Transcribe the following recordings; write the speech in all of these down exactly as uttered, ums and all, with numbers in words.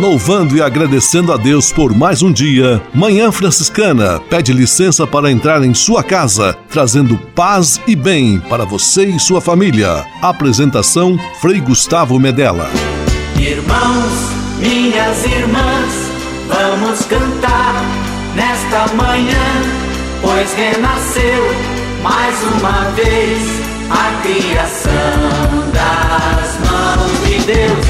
Louvando e agradecendo a Deus por mais um dia, Manhã Franciscana pede licença para entrar em sua casa, trazendo paz e bem para você e sua família. Apresentação, Frei Gustavo Medella. Irmãos, minhas irmãs, vamos cantar nesta manhã, pois renasceu mais uma vez a criação das mãos de Deus.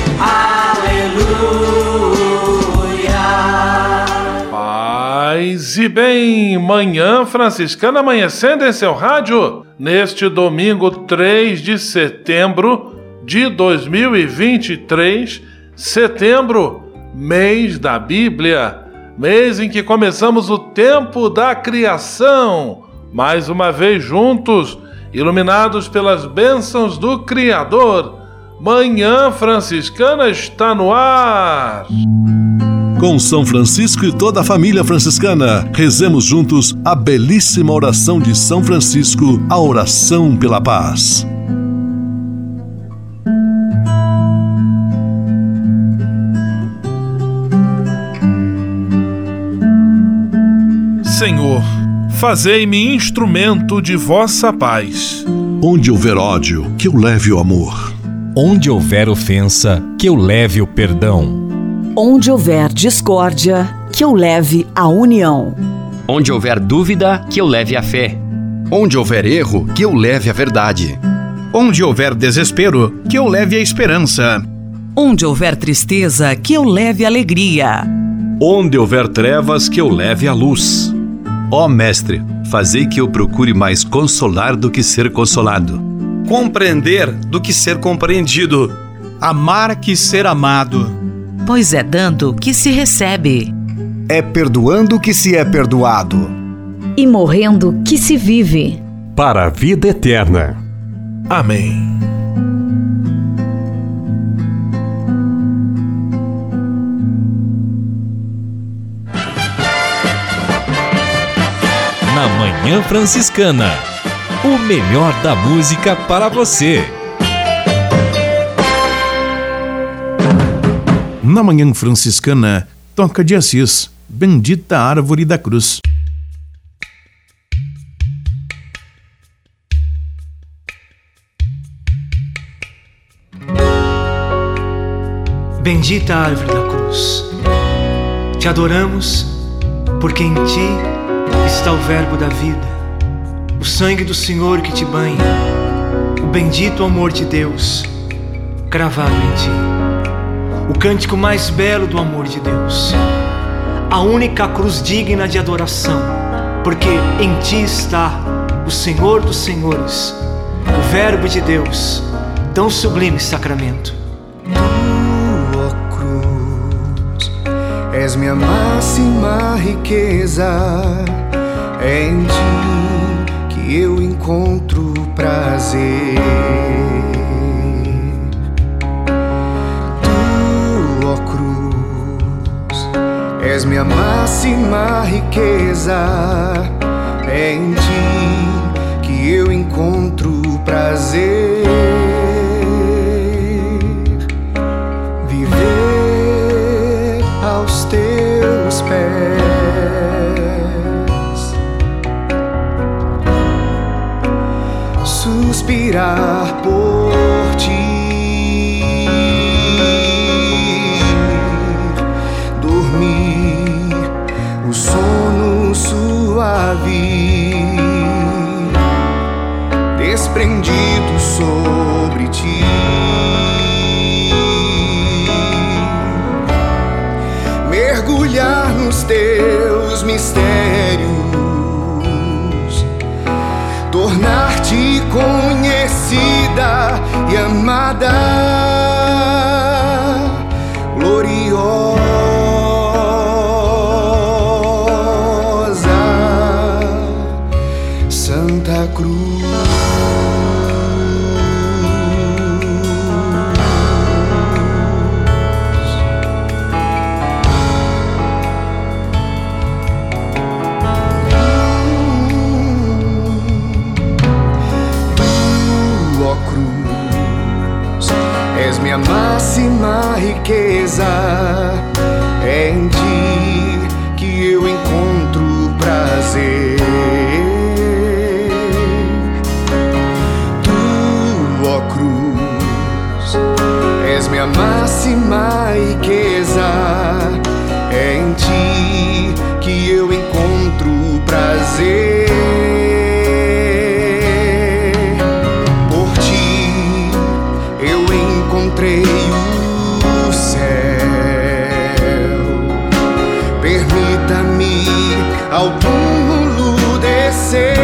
Aleluia. Paz e bem, Manhã Franciscana amanhecendo em seu rádio neste domingo três de setembro de dois mil e vinte e três, setembro, mês da Bíblia, mês em que começamos o tempo da criação, mais uma vez juntos, iluminados pelas bênçãos do Criador. Manhã Franciscana está no ar. Com São Francisco e toda a família franciscana, rezemos juntos a belíssima oração de São Francisco, a oração pela paz. Senhor, fazei-me instrumento de vossa paz. Onde houver ódio, que eu leve o amor. Onde houver ofensa, que eu leve o perdão. Onde houver discórdia, que eu leve a união. Onde houver dúvida, que eu leve a fé. Onde houver erro, que eu leve a verdade. Onde houver desespero, que eu leve a esperança. Onde houver tristeza, que eu leve a alegria. Onde houver trevas, que eu leve a luz. Ó Mestre, fazei que eu procure mais consolar do que ser consolado. Compreender do que ser compreendido. Amar que ser amado. Pois é dando que se recebe. É perdoando que se é perdoado. E morrendo que se vive. Para a vida eterna. Amém. Na Manhã Franciscana, o melhor da música para você. Na Manhã Franciscana, toca de Assis, Bendita Árvore da Cruz. Bendita Árvore da Cruz, te adoramos porque em ti está o verbo da vida, o sangue do Senhor que te banha, o bendito amor de Deus cravado em ti, o cântico mais belo do amor de Deus, a única cruz digna de adoração, porque em ti está o Senhor dos Senhores, o verbo de Deus, tão sublime sacramento. Tu, ó cruz, és minha máxima riqueza. É em ti que eu encontro prazer. Tu, ó cruz, és minha máxima riqueza. É em ti que eu encontro prazer. Viver aos teus pés, suspirar por ti, dormir o sono suave, desprendido sobre ti, mergulhar nos teus mistérios, tornar-te conhecida e amada, gloriosa Santa Cruz. Minha máxima riqueza, em ti que eu encontro prazer. Tu, ó cruz, és minha máxima riqueza. É em ti que eu encontro prazer. Por ti eu encontrei o céu. Permita-me ao túmulo descer,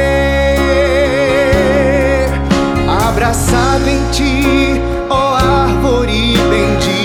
abraçado em ti, ó árvore bendita.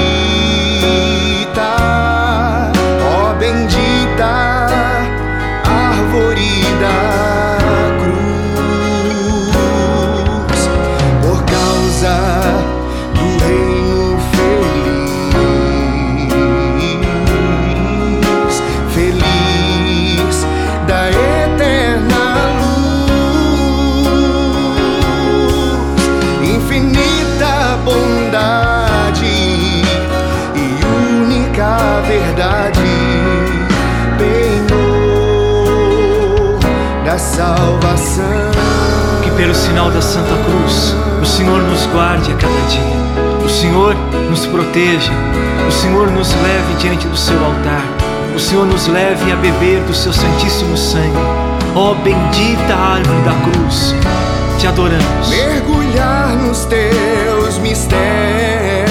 Salvação. Que pelo sinal da Santa Cruz o Senhor nos guarde a cada dia, o Senhor nos proteja, o Senhor nos leve diante do seu altar, o Senhor nos leve a beber do seu santíssimo sangue. Ó bendita árvore da cruz, te adoramos. Mergulhar nos teus mistérios,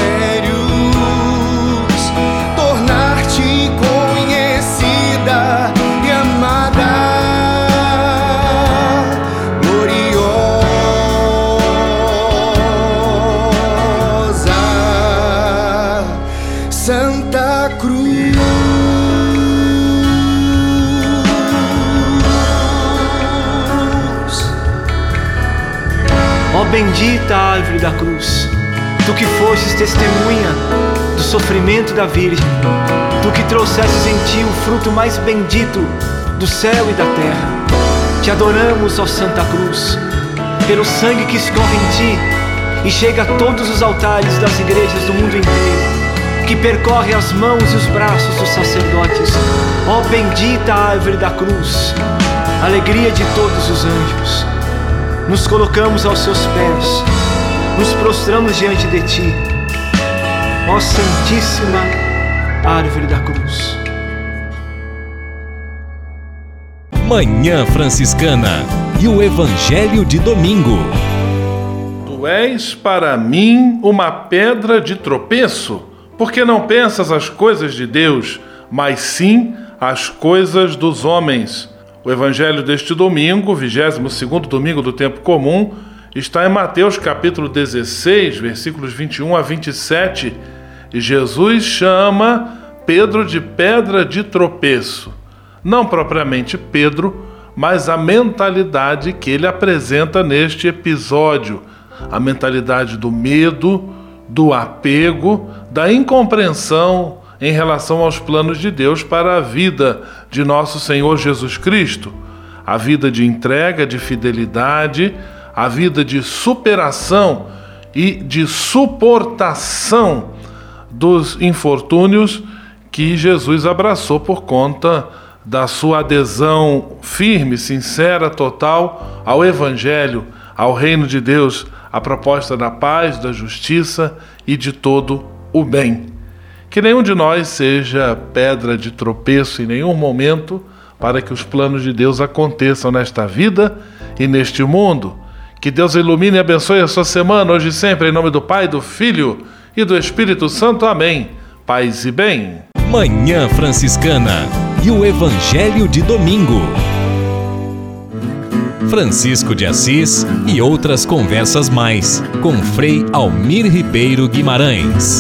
tornar-te conhecida e amada. Ó bendita árvore da cruz, tu que fostes testemunha do sofrimento da Virgem, tu que trouxestes em ti o fruto mais bendito do céu e da terra, te adoramos, ó Santa Cruz, pelo sangue que escorre em ti e chega a todos os altares das igrejas do mundo inteiro, que percorre as mãos e os braços dos sacerdotes. Ó bendita árvore da cruz, alegria de todos os anjos, nos colocamos aos seus pés, nos prostramos diante de ti, ó Santíssima Árvore da Cruz. Manhã Franciscana e o Evangelho de domingo. Tu és para mim uma pedra de tropeço, porque não pensas as coisas de Deus, mas sim as coisas dos homens. O evangelho deste domingo, vigésimo segundo domingo do tempo comum, está em Mateus capítulo dezesseis, versículos vinte e um a vinte e sete, e Jesus chama Pedro de pedra de tropeço. Não propriamente Pedro, mas a mentalidade que ele apresenta neste episódio, a mentalidade do medo, do apego, da incompreensão em relação aos planos de Deus para a vida de nosso Senhor Jesus Cristo, a vida de entrega, de fidelidade, a vida de superação e de suportação dos infortúnios que Jesus abraçou por conta da sua adesão firme, sincera, total ao Evangelho, ao reino de Deus, à proposta da paz, da justiça e de todo o bem. Que nenhum de nós seja pedra de tropeço em nenhum momento para que os planos de Deus aconteçam nesta vida e neste mundo. Que Deus ilumine e abençoe a sua semana, hoje e sempre, em nome do Pai, do Filho e do Espírito Santo. Amém. Paz e bem. Manhã Franciscana e o Evangelho de domingo. Francisco de Assis e outras conversas mais, com Frei Almir Ribeiro Guimarães.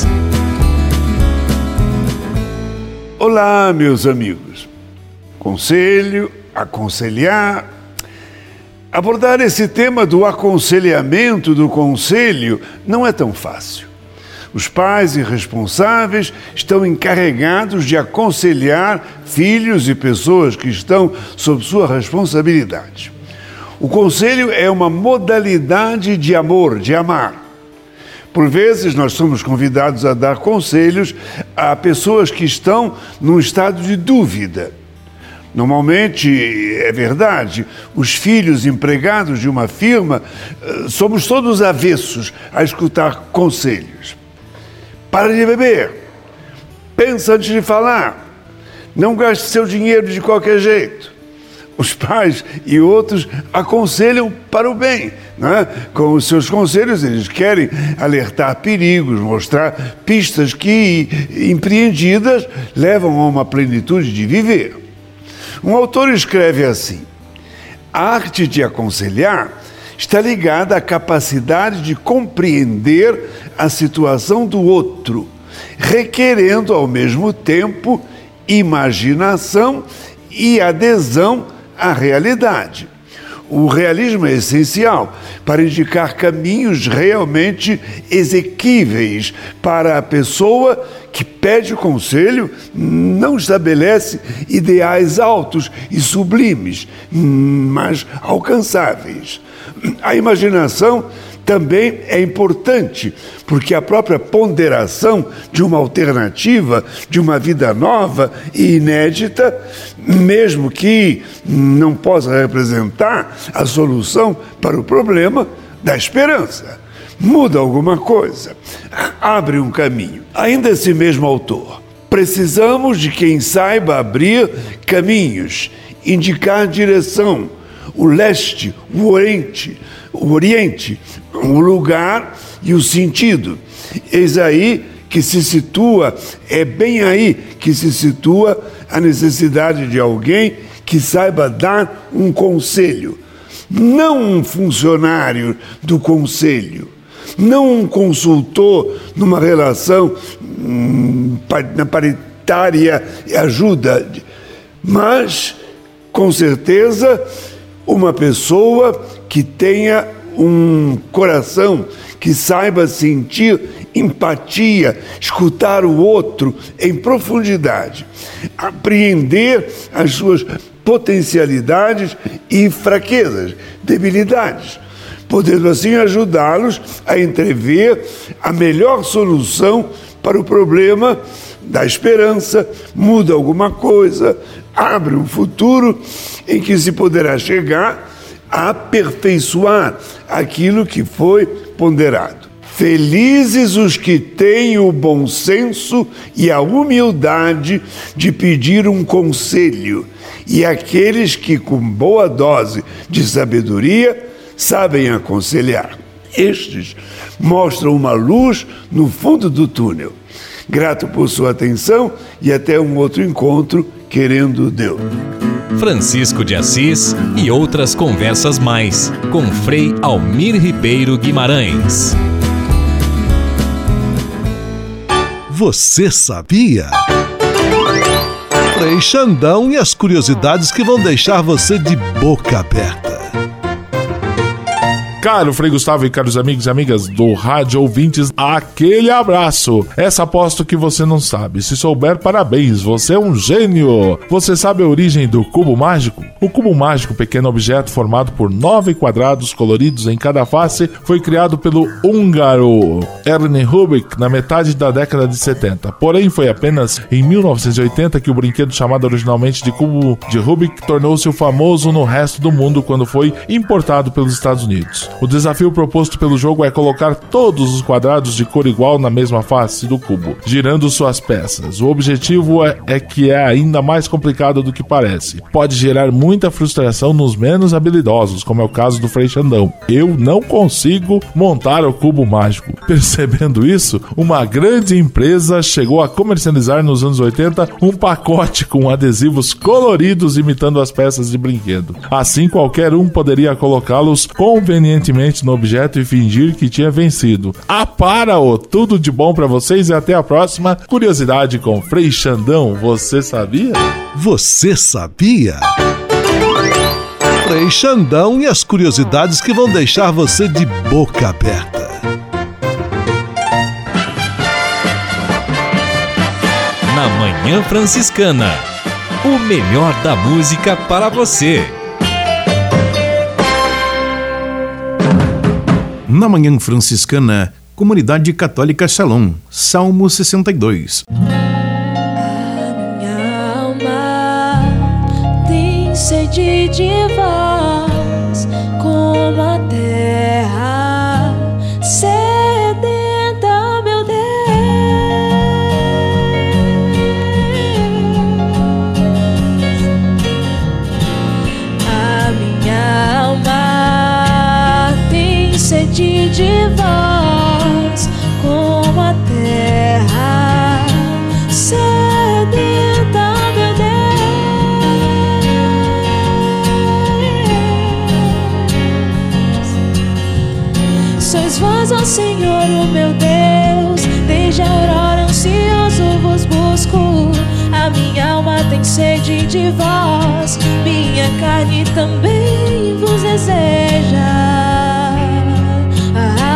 Olá, meus amigos. Conselho, aconselhar. Abordar esse tema do aconselhamento, do conselho, não é tão fácil. Os pais e responsáveis estão encarregados de aconselhar filhos e pessoas que estão sob sua responsabilidade. O conselho é uma modalidade de amor, de amar. Por vezes, nós somos convidados a dar conselhos a pessoas que estão num estado de dúvida. Normalmente, é verdade, os filhos empregados de uma firma, somos todos avessos a escutar conselhos. Para de beber. Pensa antes de falar. Não gaste seu dinheiro de qualquer jeito. Os pais e outros aconselham para o bem, né? Com os seus conselhos, eles querem alertar perigos, mostrar pistas que, empreendidas, levam a uma plenitude de viver. Um autor escreve assim: a arte de aconselhar está ligada à capacidade de compreender a situação do outro, requerendo ao mesmo tempo imaginação e adesão à realidade. O realismo é essencial para indicar caminhos realmente exequíveis para a pessoa que pede conselho, não estabelece ideais altos e sublimes, mas alcançáveis. A imaginação também é importante, porque a própria ponderação de uma alternativa, de uma vida nova e inédita, mesmo que não possa representar a solução para o problema, dá esperança, muda alguma coisa, abre um caminho. Ainda esse mesmo autor: precisamos de quem saiba abrir caminhos, indicar direção, o leste, o oriente, o oriente, o lugar e o sentido. Eis aí que se situa, é bem aí que se situa a necessidade de alguém que saiba dar um conselho. Não um funcionário do conselho, não um consultor numa relação hum, na paritária e ajuda, mas, com certeza, uma pessoa que tenha um coração, que saiba sentir empatia, escutar o outro em profundidade, apreender as suas potencialidades e fraquezas, debilidades, podendo assim ajudá-los a entrever a melhor solução para o problema, dá esperança, muda alguma coisa, abre um futuro em que se poderá chegar a aperfeiçoar aquilo que foi ponderado. Felizes os que têm o bom senso e a humildade de pedir um conselho, e aqueles que, com boa dose de sabedoria, sabem aconselhar. Estes mostram uma luz no fundo do túnel. Grato por sua atenção e até um outro encontro, querendo Deus. Francisco de Assis e outras conversas mais, com Frei Almir Ribeiro Guimarães. Você sabia? Frei Xandão e as curiosidades que vão deixar você de boca aberta. Caro Frei Gustavo e caros amigos e amigas do Rádio Ouvintes, aquele abraço. Essa aposto que você não sabe. Se souber, parabéns, você é um gênio. Você sabe a origem do cubo mágico? O cubo mágico, pequeno objeto formado por nove quadrados coloridos em cada face, foi criado pelo húngaro Ernő Rubik na metade da década de setenta. Porém, foi apenas em mil novecentos e oitenta que o brinquedo chamado originalmente de cubo de Rubik tornou-se famoso no resto do mundo quando foi importado pelos Estados Unidos. O desafio proposto pelo jogo é colocar todos os quadrados de cor igual na mesma face do cubo, girando suas peças. O objetivo é, é que é ainda mais complicado do que parece. Pode gerar muita frustração nos menos habilidosos, como é o caso do Frei Xandão. Eu não consigo montar o cubo mágico. Percebendo isso, uma grande empresa chegou a comercializar nos anos oitenta um pacote com adesivos coloridos imitando as peças de brinquedo. Assim, qualquer um poderia colocá-los convenientemente no objeto e fingir que tinha vencido. Ah, para-o! Tudo de bom pra vocês e até a próxima curiosidade com Frei Xandão. Você sabia? Você sabia? Frei Xandão e as curiosidades que vão deixar você de boca aberta. Na Manhã Franciscana, o melhor da música para você. Na Manhã Franciscana, Comunidade Católica Shalom, Salmo sessenta e dois. Sede de vós, como a terra sedenta, meu Deus. A minha alma tem sede de vós, como a terra sedenta, meu Deus. Sois vós, ó Senhor, o meu Deus, desde a aurora ansioso vos busco. A minha alma tem sede de vós, minha carne também vos deseja. Ah,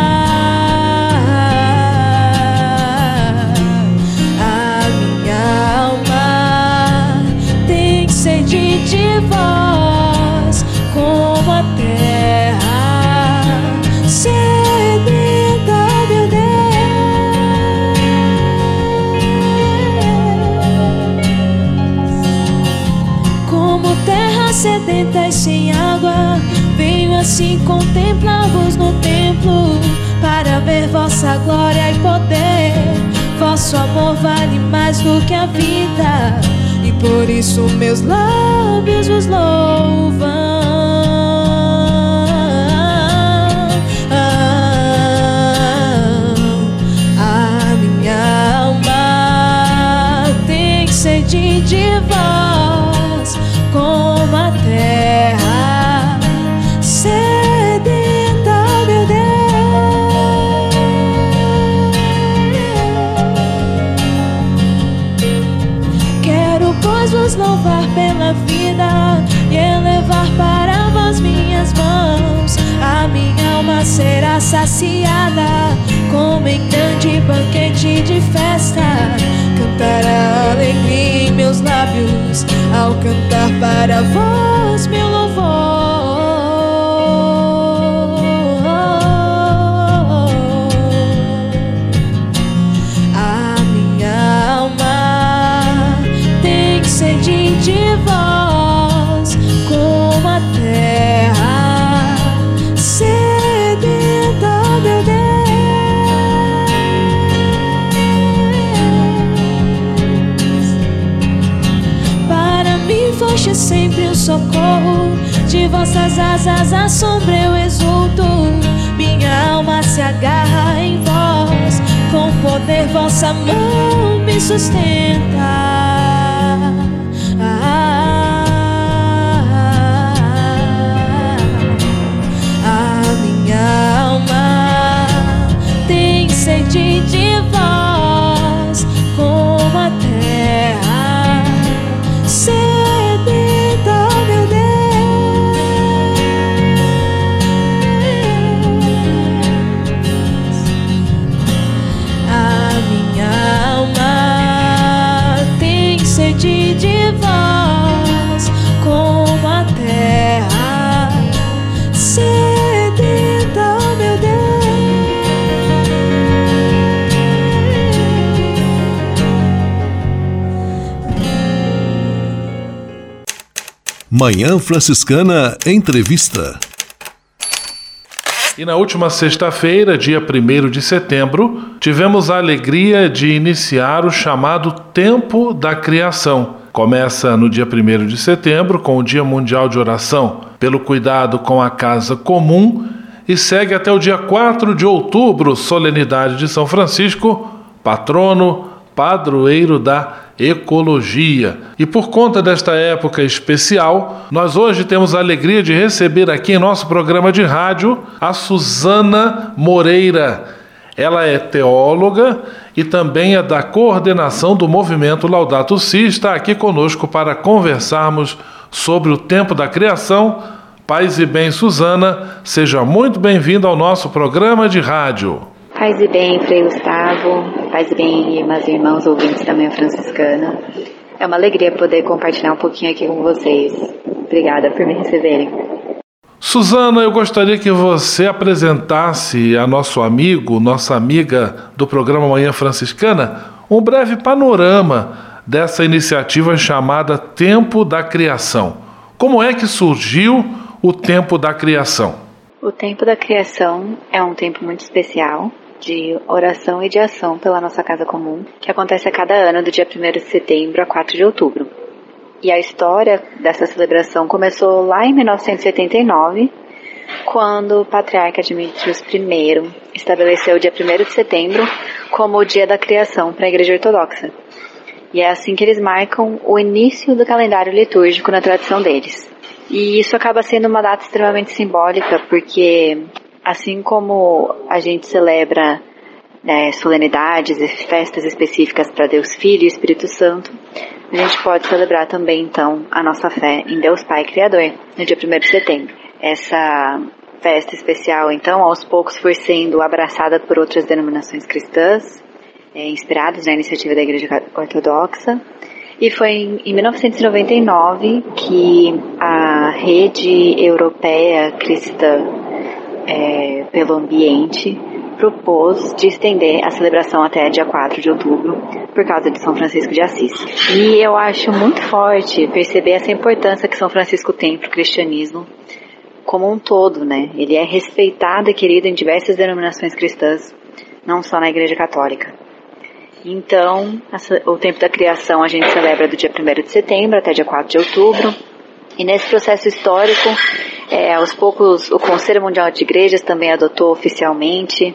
a minha alma tem sede de vós, como a terra sedenta, meu Deus. Como terra sedenta e sem água, venho assim contemplar-vos no templo, para ver vossa glória e poder. Vosso amor vale mais do que a vida, e por isso meus lábios vos louvam. Sede de vós, como a terra sedenta, meu Deus. Quero, pois, vos louvar pela vida e elevar para vós minhas mãos. A minha alma será saciada, como em grande banquete de festa. Cantará alegria em meus lábios, ao cantar para vós meu louvor. A minha alma tem sede de vós, como a terra sedenta, meu Deus. Foste sempre um socorro, de vossas asas à sombra eu exulto. Minha alma se agarra em vós, com poder vossa mão me sustenta. Ah, a minha alma tem sede de vós, como a terra sedenta, meu Deus. A minha alma tem sede de vós, como a terra sedenta, meu Deus. Manhã Franciscana Entrevista. E na última sexta-feira, dia primeiro de setembro, tivemos a alegria de iniciar o chamado Tempo da Criação. Começa no dia primeiro de setembro com o Dia Mundial de Oração pelo Cuidado com a Casa Comum e segue até o dia quatro de outubro, solenidade de São Francisco, patrono, padroeiro da ecologia. E por conta desta época especial, nós hoje temos a alegria de receber aqui em nosso programa de rádio a Suzana Moreira. Ela é teóloga e também é da coordenação do movimento Laudato Si, está aqui conosco para conversarmos sobre o tempo da criação. Paz e bem, Suzana, seja muito bem-vinda ao nosso programa de rádio. Paz e bem, Frei Gustavo, paz e bem, irmãs e irmãos ouvintes da Manhã Franciscana. É uma alegria poder compartilhar um pouquinho aqui com vocês. Obrigada por me receberem. Suzana, eu gostaria que você apresentasse a nosso amigo, nossa amiga do programa Manhã Franciscana, um breve panorama dessa iniciativa chamada Tempo da Criação. Como é que surgiu o Tempo da Criação? O Tempo da Criação é um tempo muito especial de oração e de ação pela nossa casa comum, que acontece a cada ano do dia primeiro de setembro a quatro de outubro. E a história dessa celebração começou lá em mil novecentos e setenta e nove, quando o patriarca Dimitrios I estabeleceu o dia primeiro de setembro como o dia da criação para a Igreja Ortodoxa. E é assim que eles marcam o início do calendário litúrgico na tradição deles. E isso acaba sendo uma data extremamente simbólica, porque assim como a gente celebra né, solenidades e festas específicas para Deus Filho e Espírito Santo, a gente pode celebrar também, então, a nossa fé em Deus Pai Criador, no dia primeiro de setembro. Essa festa especial, então, aos poucos foi sendo abraçada por outras denominações cristãs, é, inspiradas na iniciativa da Igreja Ortodoxa, e foi em, em mil novecentos e noventa e nove que a Rede Europeia Cristã é, pelo Ambiente propôs de estender a celebração até dia quatro de outubro, por causa de São Francisco de Assis. E eu acho muito forte perceber essa importância que São Francisco tem para o cristianismo como um todo, né? Ele é respeitado e querido em diversas denominações cristãs, não só na Igreja Católica. Então, o tempo da criação a gente celebra do dia primeiro de setembro até dia quatro de outubro. E nesse processo histórico, é, aos poucos, o Conselho Mundial de Igrejas também adotou oficialmente.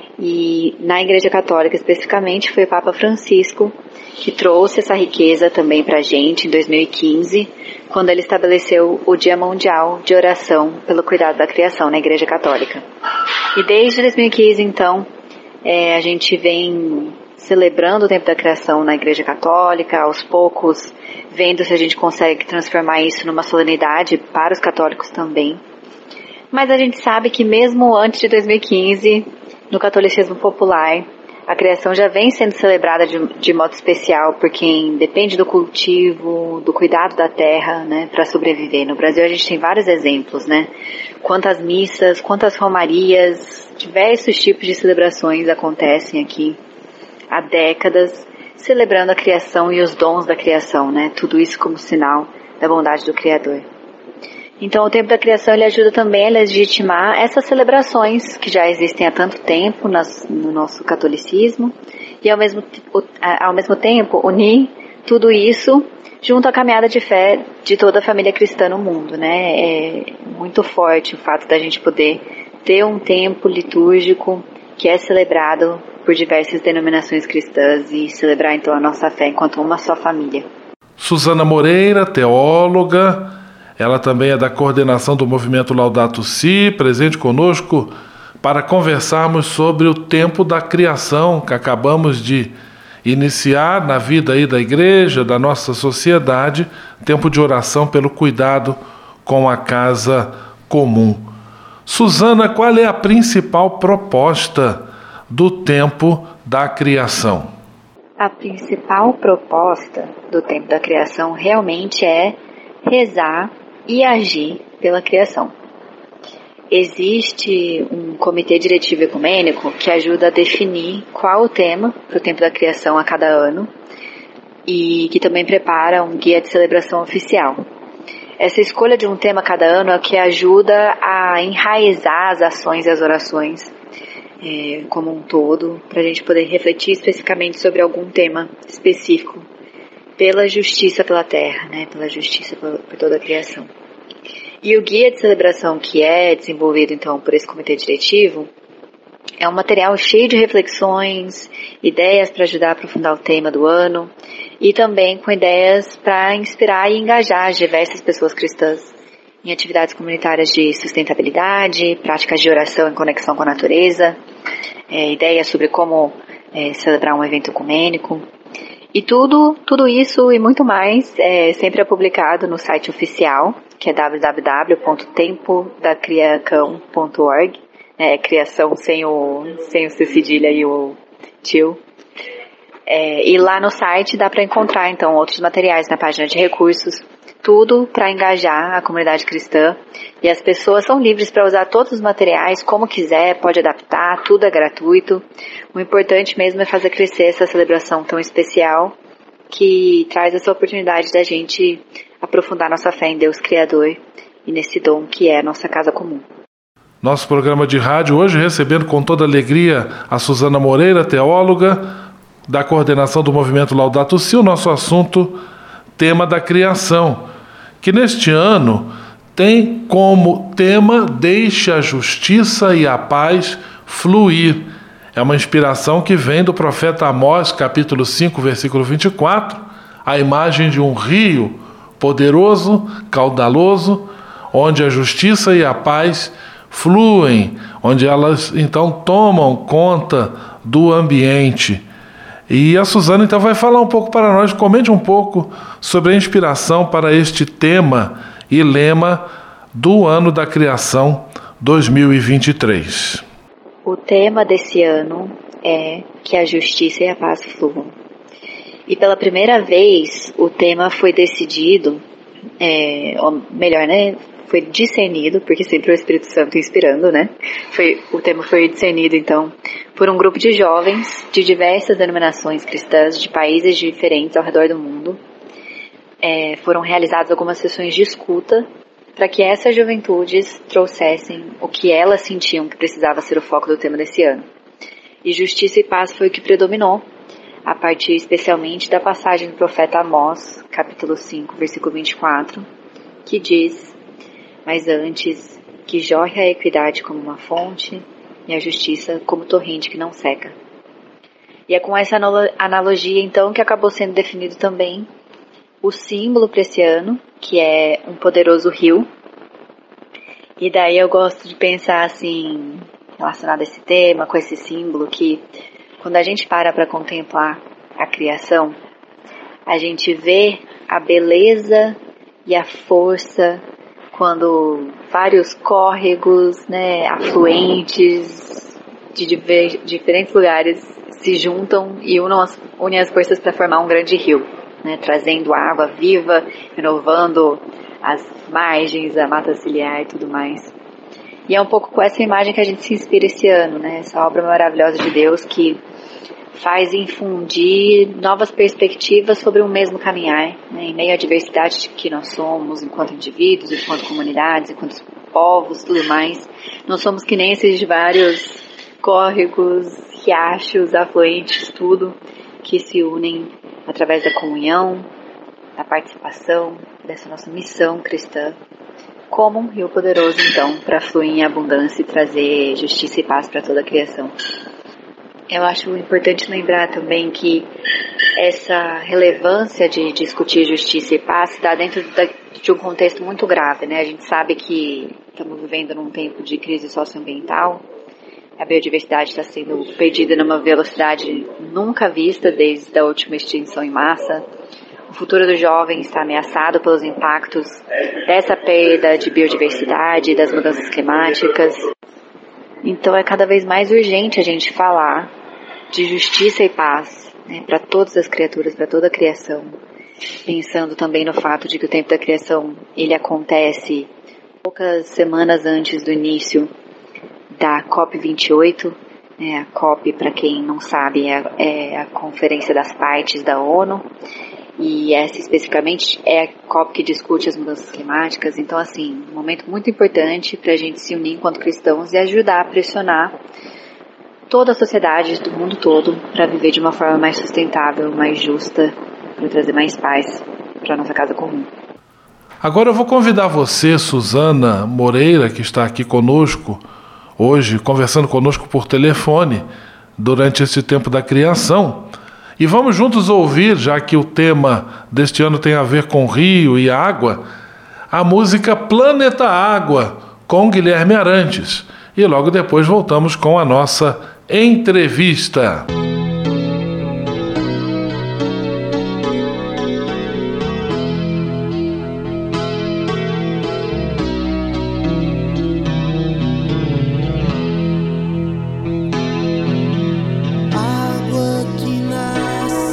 E na Igreja Católica, especificamente, foi o Papa Francisco que trouxe essa riqueza também para a gente em dois mil e quinze, quando ele estabeleceu o Dia Mundial de Oração pelo Cuidado da Criação na Igreja Católica. E desde dois mil e quinze, então, é, a gente vem celebrando o tempo da criação na Igreja Católica, aos poucos vendo se a gente consegue transformar isso numa solenidade para os católicos também. Mas a gente sabe que mesmo antes de dois mil e quinze, no catolicismo popular, a criação já vem sendo celebrada de, de modo especial por quem depende do cultivo, do cuidado da terra, né, para sobreviver. No Brasil a gente tem vários exemplos, né? Quantas missas, quantas romarias, diversos tipos de celebrações acontecem aqui há décadas, celebrando a criação e os dons da criação, né? Tudo isso como sinal da bondade do Criador. Então, o tempo da criação ele ajuda também a legitimar essas celebrações que já existem há tanto tempo nas, no nosso catolicismo e, ao mesmo, ao mesmo tempo, unir tudo isso junto à caminhada de fé de toda a família cristã no mundo, né? É muito forte o fato da gente poder ter um tempo litúrgico que é celebrado por diversas denominações cristãs e celebrar então a nossa fé enquanto uma só família. Suzana Moreira, teóloga, ela também é da coordenação do movimento Laudato Si, presente conosco para conversarmos sobre o tempo da criação que acabamos de iniciar na vida aí da igreja, da nossa sociedade, tempo de oração pelo cuidado com a casa comum. Suzana, qual é a principal proposta do tempo da criação? A principal proposta do tempo da criação realmente é rezar e agir pela criação. Existe um comitê diretivo ecumênico que ajuda a definir qual o tema para o tempo da criação a cada ano e que também prepara um guia de celebração oficial. Essa escolha de um tema a cada ano é o que ajuda a enraizar as ações e as orações é, como um todo, para a gente poder refletir especificamente sobre algum tema específico pela justiça pela terra, né, pela justiça por, por toda a criação. E o guia de celebração que é desenvolvido então por esse comitê diretivo é um material cheio de reflexões, ideias para ajudar a aprofundar o tema do ano e também com ideias para inspirar e engajar as diversas pessoas cristãs em atividades comunitárias de sustentabilidade, práticas de oração em conexão com a natureza, é, ideias sobre como é, celebrar um evento ecumênico. E tudo, tudo isso e muito mais é, sempre é publicado no site oficial, que é w w w ponto tempo da criacão ponto org, é, criação sem o, sem o C cedilha e o tio. É, e lá no site dá para encontrar, então, outros materiais na página de recursos, tudo para engajar a comunidade cristã. E as pessoas são livres para usar todos os materiais como quiser, pode adaptar, tudo é gratuito. O importante mesmo é fazer crescer essa celebração tão especial que traz essa oportunidade da gente aprofundar nossa fé em Deus Criador e nesse dom que é a nossa casa comum. Nosso programa de rádio hoje recebendo com toda alegria a Suzana Moreira, teóloga da coordenação do Movimento Laudato Si, o nosso assunto, tema da criação, que neste ano tem como tema Deixe a justiça e a paz fluir. É uma inspiração que vem do profeta Amós, capítulo cinco, versículo vinte e quatro, a imagem de um rio poderoso, caudaloso, onde a justiça e a paz fluem, onde elas então tomam conta do ambiente. E a Suzana então vai falar um pouco para nós, comente um pouco sobre a inspiração para este tema e lema do ano da criação dois mil e vinte e três. O tema desse ano é que a justiça e a paz fluam. E pela primeira vez o tema foi decidido, é, ou melhor, né, foi discernido, porque sempre é o Espírito Santo inspirando, né? Foi, o tema foi discernido, então, por um grupo de jovens de diversas denominações cristãs de países diferentes ao redor do mundo. É, foram realizadas algumas sessões de escuta para que essas juventudes trouxessem o que elas sentiam que precisava ser o foco do tema desse ano. E justiça e paz foi o que predominou, a partir especialmente da passagem do profeta Amós, capítulo cinco, versículo vinte e quatro, que diz: mas antes que jorre a equidade como uma fonte e a justiça como torrente que não seca. E é com essa analogia, então, que acabou sendo definido também o símbolo para esse ano, que é um poderoso rio. E daí eu gosto de pensar, assim, relacionado a esse tema, com esse símbolo, que quando a gente para para contemplar a criação, a gente vê a beleza e a força quando vários córregos, né, afluentes de diver, diferentes lugares se juntam e unam as, unem as forças para formar um grande rio, né, trazendo água viva, renovando as margens, a mata ciliar e tudo mais. E é um pouco com essa imagem que a gente se inspira esse ano, né, essa obra maravilhosa de Deus que faz infundir novas perspectivas sobre o mesmo caminhar, né, em meio à diversidade que nós somos enquanto indivíduos, enquanto comunidades, enquanto povos, tudo mais. Nós somos que nem esses vários córregos, riachos, afluentes, tudo que se unem através da comunhão, da participação, dessa nossa missão cristã, como um rio poderoso, então, para fluir em abundância e trazer justiça e paz para toda a criação. Eu acho importante lembrar também que essa relevância de discutir justiça e paz se dá dentro de um contexto muito grave, né? A gente sabe que estamos vivendo num tempo de crise socioambiental, a biodiversidade está sendo perdida numa velocidade nunca vista desde a última extinção em massa. O futuro dos jovens está ameaçado pelos impactos dessa perda de biodiversidade, das mudanças climáticas. Então é cada vez mais urgente a gente falar de justiça e paz, né, para todas as criaturas, para toda a criação, pensando também no fato de que o tempo da criação ele acontece poucas semanas antes do início da COP vinte e oito, né, a COP, para quem não sabe, é, é a Conferência das Partes da ONU, e essa especificamente é a COP que discute as mudanças climáticas. Então, assim, um momento muito importante para a gente se unir enquanto cristãos e ajudar a pressionar toda a sociedade do mundo todo para viver de uma forma mais sustentável, mais justa, para trazer mais paz para a nossa casa comum. Agora eu vou convidar você, Suzana Moreira, que está aqui conosco hoje, conversando conosco por telefone durante esse tempo da criação, e vamos juntos ouvir, já que o tema deste ano tem a ver com rio e água, a música Planeta Água, com Guilherme Arantes. E logo depois voltamos com a nossa entrevista. Água que nasce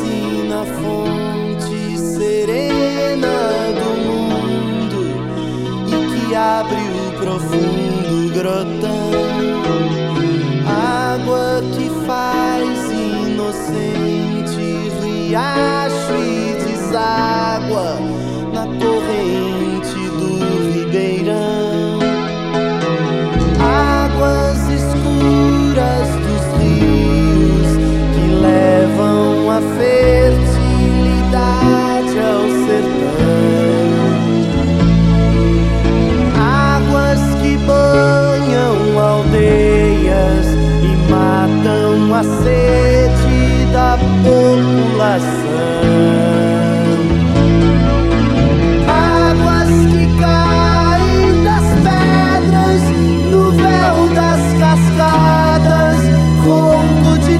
grotão, água que faz inocente riacho e deságua na corrente do ribeirão. Águas escuras dos rios que levam a fertilidade ao sertão. Águas que banham aldeias e matam a sede da população. Águas que caem das pedras no véu das cascadas, ronco de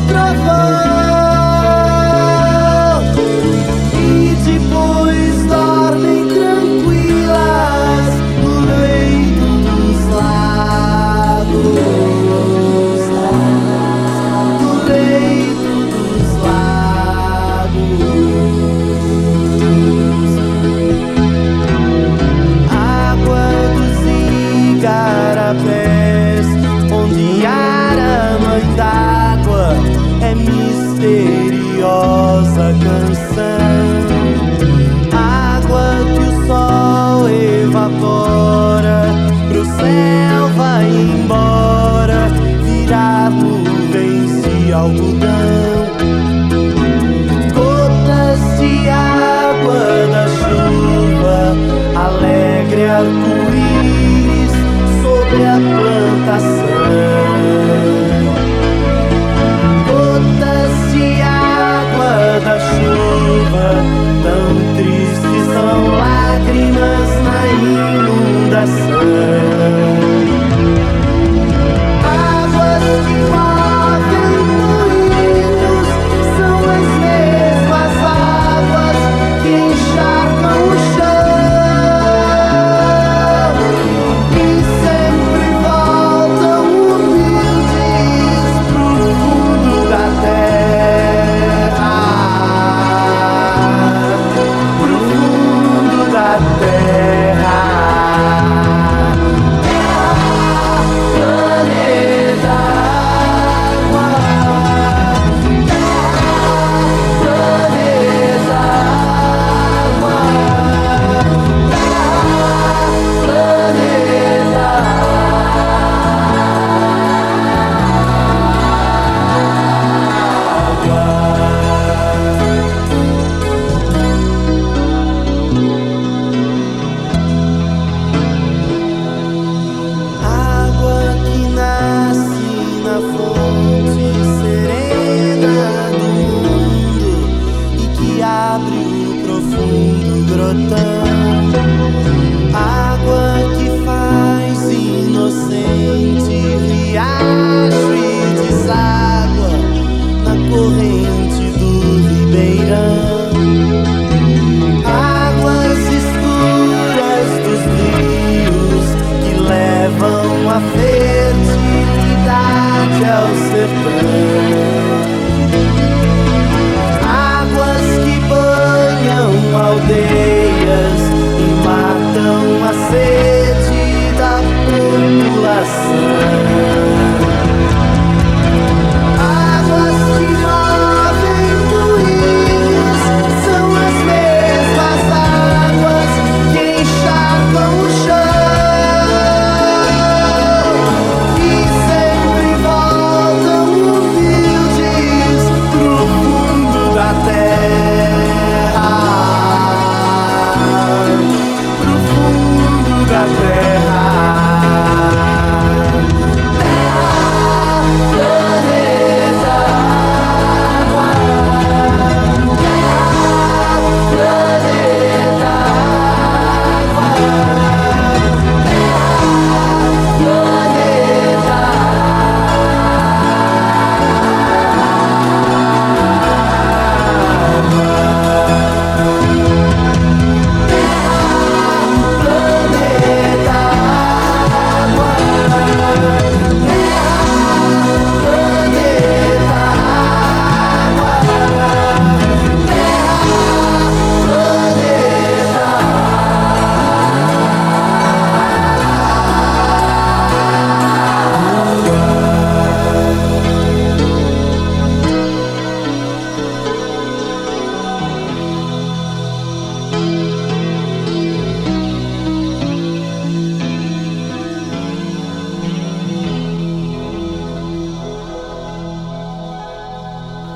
trovão, e depois dormem tranquilas no leito dos lagos, no leito dos lagos. Água dos igarapés, onde Ara, mãe d'água, é misteriosa canção. Água que o sol evapora, pro céu vai embora, virar nuvens de algodão. Gotas de água da chuva, alegre arco-íris sobre a plantação. Gotas de água da chuva, tão tristes são lágrimas na inundação. Águas que movem moinhos são as mesmas águas que encharcam o chão e sempre voltam humildes pro fundo da terra, pro fundo da terra. Planeta água, planeta água, planeta água que nasce na fonte serena do mundo e que abre o profundo grotão. Água que faz inocente riacho e deságua na corrente do ribeirão. Águas escuras dos rios que levam a fertilidade ao sertão. Águas que banham aldeias e matam a sede da população. Águas que movem moinhos são as mesmas águas que encharcam o chão e sempre voltam humildes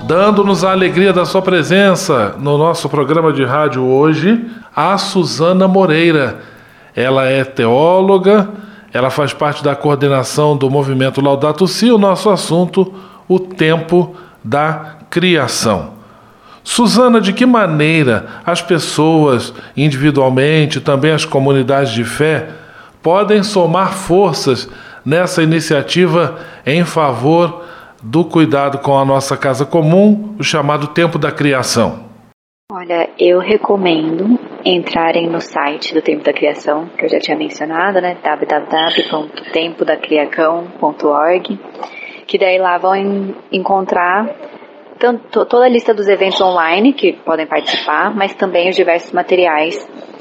Dando-nos a alegria da sua presença no nosso programa de rádio hoje, a Suzana Moreira. Ela é teóloga, ela faz parte da coordenação do movimento Laudato Si. O nosso assunto, o tempo da criação. Suzana, de que maneira as pessoas, individualmente, também as comunidades de fé, podem somar forças nessa iniciativa em favor do cuidado com a nossa casa comum, o chamado Tempo da Criação? Olha, eu recomendo entrarem no site do Tempo da Criação, que eu já tinha mencionado, né? w w w ponto tempo da criacão ponto org, que daí lá vão encontrar tanto, toda a lista dos eventos online que podem participar, mas também os diversos materiais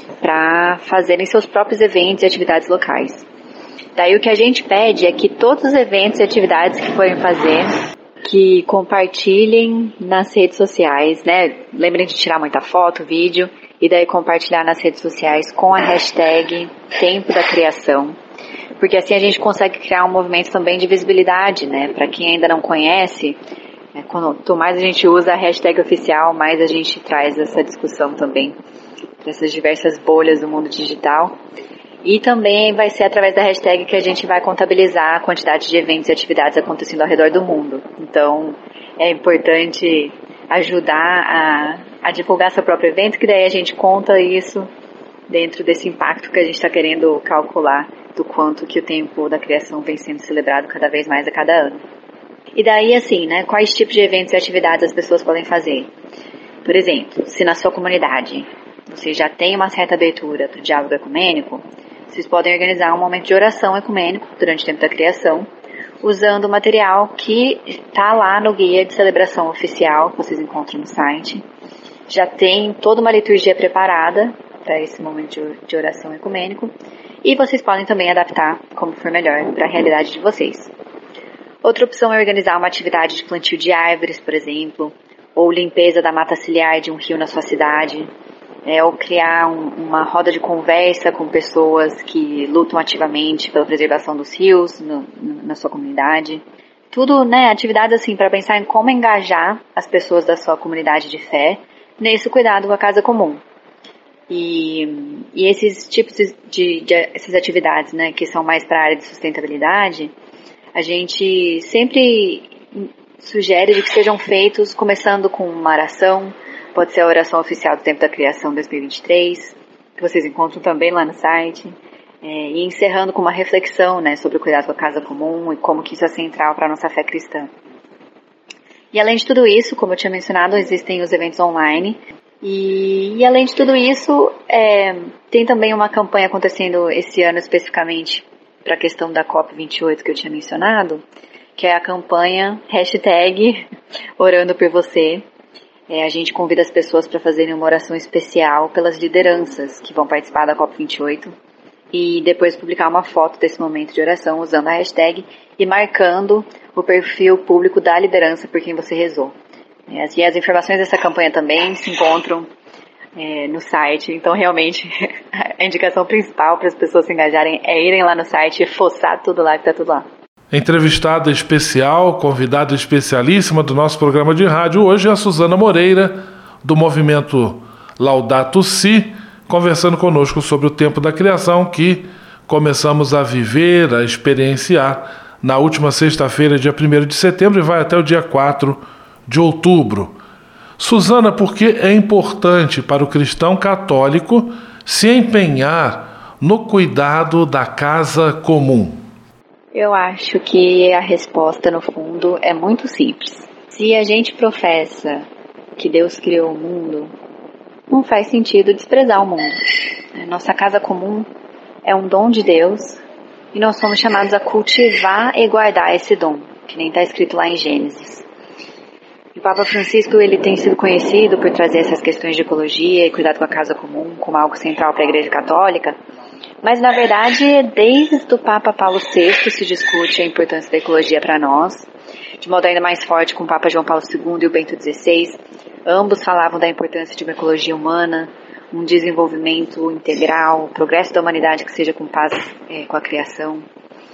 para fazerem seus próprios eventos e atividades locais. Daí o que a gente pede é que todos os eventos e atividades que forem fazer, que compartilhem nas redes sociais, né? Lembrem de tirar muita foto, vídeo, e daí compartilhar nas redes sociais com a hashtag Tempo da Criação. Porque assim a gente consegue criar um movimento também de visibilidade, né? Para quem ainda não conhece, é, quanto mais a gente usa a hashtag oficial, mais a gente traz essa discussão também para essas diversas bolhas do mundo digital. E também vai ser através da hashtag que a gente vai contabilizar a quantidade de eventos e atividades acontecendo ao redor do mundo. Então, é importante ajudar a, a divulgar seu próprio evento, que daí a gente conta isso dentro desse impacto que a gente está querendo calcular do quanto que o tempo da criação vem sendo celebrado cada vez mais a cada ano. E daí, assim, né, quais tipos de eventos e atividades as pessoas podem fazer? Por exemplo, se na sua comunidade você já tem uma certa abertura para o diálogo ecumênico, vocês podem organizar um momento de oração ecumênico durante o tempo da criação, usando o material que está lá no guia de celebração oficial que vocês encontram no site. Já tem toda uma liturgia preparada para esse momento de oração ecumênico, e vocês podem também adaptar como for melhor para a realidade de vocês. Outra opção é organizar uma atividade de plantio de árvores, por exemplo, ou limpeza da mata ciliar de um rio na sua cidade, é, ou criar um, uma roda de conversa com pessoas que lutam ativamente pela preservação dos rios no, no, na sua comunidade. Tudo, né, atividades assim para pensar em como engajar as pessoas da sua comunidade de fé nesse cuidado com a casa comum. E, e esses tipos de, de essas atividades, né, que são mais para a área de sustentabilidade, a gente sempre sugere de que sejam feitos começando com uma oração. Pode ser a oração oficial do Tempo da Criação dois mil e vinte e três, que vocês encontram também lá no site, é, e encerrando com uma reflexão, né, sobre o cuidado com a casa comum e como que isso é central para a nossa fé cristã. E além de tudo isso, como eu tinha mencionado, existem os eventos online, e, e além de tudo isso, é, tem também uma campanha acontecendo esse ano especificamente para a questão da COP vinte e oito que eu tinha mencionado, que é a campanha hashtag Orando por Você. É, a gente convida as pessoas para fazerem uma oração especial pelas lideranças que vão participar da COP vinte e oito e depois publicar uma foto desse momento de oração usando a hashtag e marcando o perfil público da liderança por quem você rezou. É, e as informações dessa campanha também se encontram é, no site, então realmente a indicação principal para as pessoas se engajarem é irem lá no site e fuçar tudo lá que está tudo lá. Entrevistada especial, convidada especialíssima do nosso programa de rádio hoje é a Suzana Moreira, do movimento Laudato Si, conversando conosco sobre o tempo da criação que começamos a viver, a experienciar na última sexta-feira, dia primeiro de setembro, e vai até o dia quatro de outubro. Suzana, por que é importante para o cristão católico se empenhar no cuidado da casa comum? Eu acho que a resposta, no fundo, é muito simples. Se a gente professa que Deus criou o mundo, não faz sentido desprezar o mundo. Nossa casa comum é um dom de Deus e nós somos chamados a cultivar e guardar esse dom, que nem está escrito lá em Gênesis. O Papa Francisco ele tem sido conhecido por trazer essas questões de ecologia e cuidado com a casa comum como algo central para a Igreja Católica, mas na verdade desde o Papa Paulo sexto se discute a importância da ecologia para nós, de modo ainda mais forte com o Papa João Paulo segundo e o Bento dezesseis. Ambos falavam da importância de uma ecologia humana, um desenvolvimento integral, o progresso da humanidade que seja com paz é, com a criação.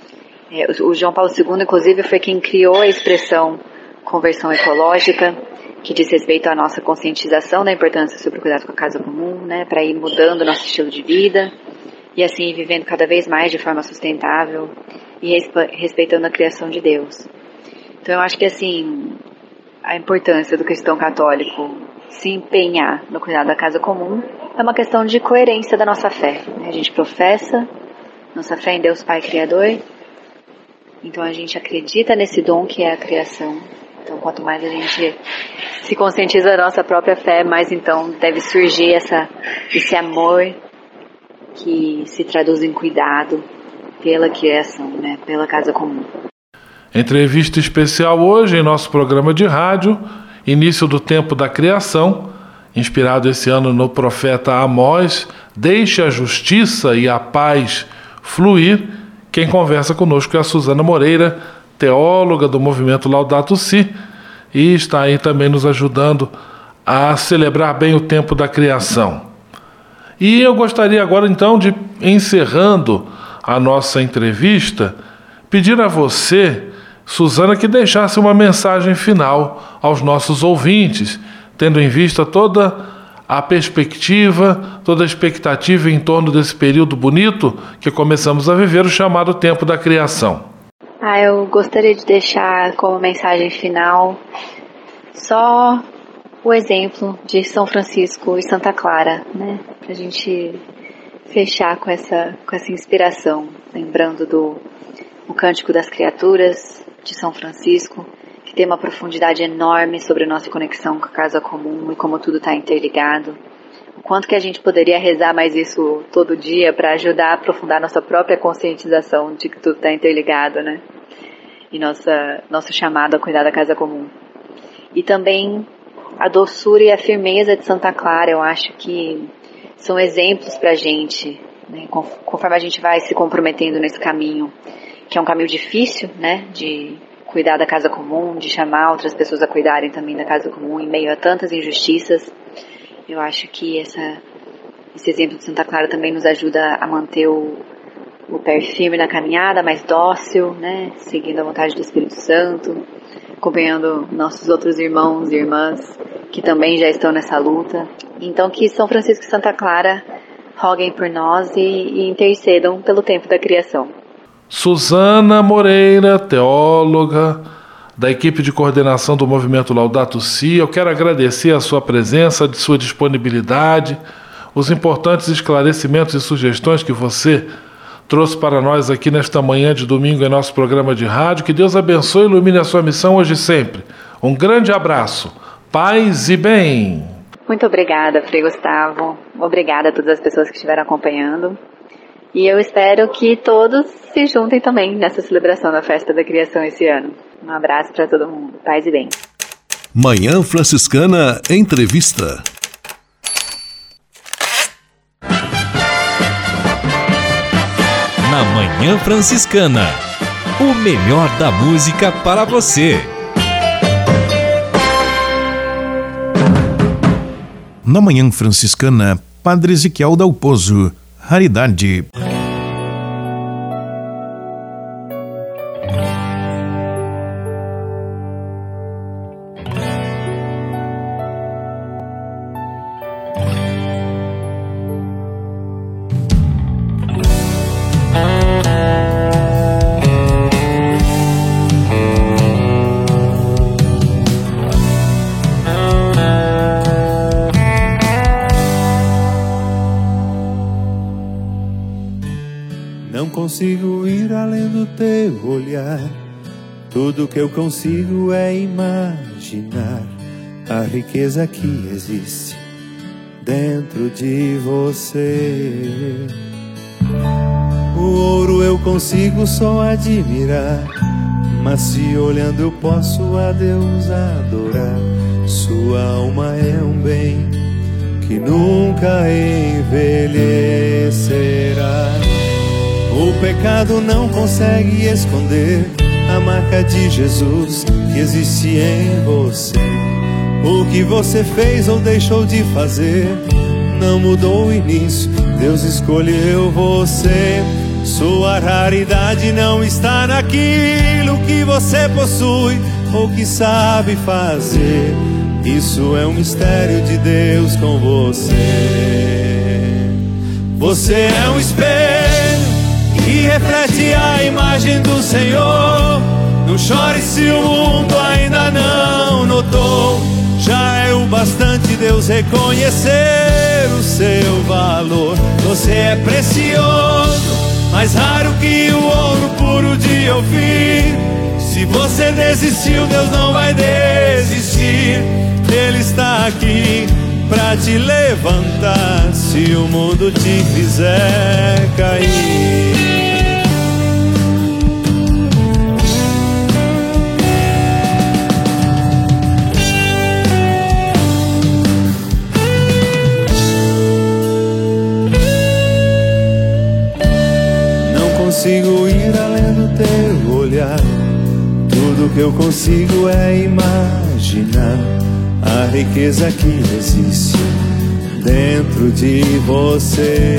É, o, o João Paulo segundo, inclusive, foi quem criou a expressão conversão ecológica, que diz respeito à nossa conscientização da importância sobre o cuidado com a casa comum, né, para ir mudando o nosso estilo de vida e assim ir vivendo cada vez mais de forma sustentável e respeitando a criação de Deus. Então eu acho que assim, a importância do cristão católico se empenhar no cuidado da casa comum é uma questão de coerência da nossa fé, né? A gente professa nossa fé em Deus Pai Criador, então a gente acredita nesse dom que é a criação. Então quanto mais a gente se conscientiza da nossa própria fé, mais então deve surgir essa, esse amor que se traduz em cuidado pela criação, né? Pela casa comum. Entrevista especial hoje em nosso programa de rádio, início do tempo da criação, inspirado esse ano no profeta Amós, deixe a justiça e a paz fluir. Quem conversa conosco é a Suzana Moreira, teóloga do movimento Laudato Si, e está aí também nos ajudando a celebrar bem o tempo da criação. E eu gostaria agora então de, encerrando a nossa entrevista, pedir a você, Suzana, que deixasse uma mensagem final aos nossos ouvintes, tendo em vista toda a perspectiva, toda a expectativa em torno desse período bonito que começamos a viver, o chamado tempo da criação. Ah, eu gostaria de deixar como mensagem final só o exemplo de São Francisco e Santa Clara, né? Pra gente fechar com essa, com essa inspiração, lembrando do o Cântico das Criaturas de São Francisco, que tem uma profundidade enorme sobre a nossa conexão com a casa comum e como tudo está interligado. O quanto que a gente poderia rezar mais isso todo dia para ajudar a aprofundar nossa própria conscientização de que tudo está interligado, né? E nossa, nosso chamado a cuidar da casa comum. E também a doçura e a firmeza de Santa Clara, eu acho que são exemplos para a gente, né? Conforme a gente vai se comprometendo nesse caminho, que é um caminho difícil, né? De cuidar da casa comum, de chamar outras pessoas a cuidarem também da casa comum em meio a tantas injustiças. Eu acho que essa, esse exemplo de Santa Clara também nos ajuda a manter o, o pé firme na caminhada, mais dócil, né? Seguindo a vontade do Espírito Santo, acompanhando nossos outros irmãos e irmãs que também já estão nessa luta. Então que São Francisco e Santa Clara roguem por nós e, e intercedam pelo tempo da criação. Suzana Moreira, teóloga da equipe de coordenação do movimento Laudato Si, eu quero agradecer a sua presença, a sua disponibilidade, os importantes esclarecimentos e sugestões que você trouxe para nós aqui nesta manhã de domingo em nosso programa de rádio. Que Deus abençoe e ilumine a sua missão hoje e sempre. Um grande abraço, paz e bem. Muito obrigada, Frei Gustavo. Obrigada a todas as pessoas que estiveram acompanhando. E eu espero que todos se juntem também nessa celebração da Festa da Criação esse ano. Um abraço para todo mundo. Paz e bem. Manhã Franciscana Entrevista. Na Manhã Franciscana, o melhor da música para você. Na Manhã Franciscana, Padre Ezequiel Dalpozo, Raridade. Consigo ir além do teu olhar. Tudo que eu consigo é imaginar a riqueza que existe dentro de você. O ouro eu consigo só admirar, mas se olhando eu posso a Deus adorar. Sua alma é um bem que nunca envelhecerá. O pecado não consegue esconder a marca de Jesus que existe em você. O que você fez ou deixou de fazer não mudou o início, Deus escolheu você. Sua raridade não está naquilo que você possui ou que sabe fazer. Isso é um mistério de Deus com você. Você é um espelho que reflete a imagem do Senhor. Não chore se o mundo ainda não notou. Já é o bastante Deus reconhecer o seu valor. Você é precioso, mais raro que o ouro puro de Ofir. Se você desistiu, Deus não vai desistir. Ele está aqui pra te levantar se o mundo te fizer cair. Não consigo ir além do teu olhar. Tudo que eu consigo é imaginar a riqueza que existe dentro de você.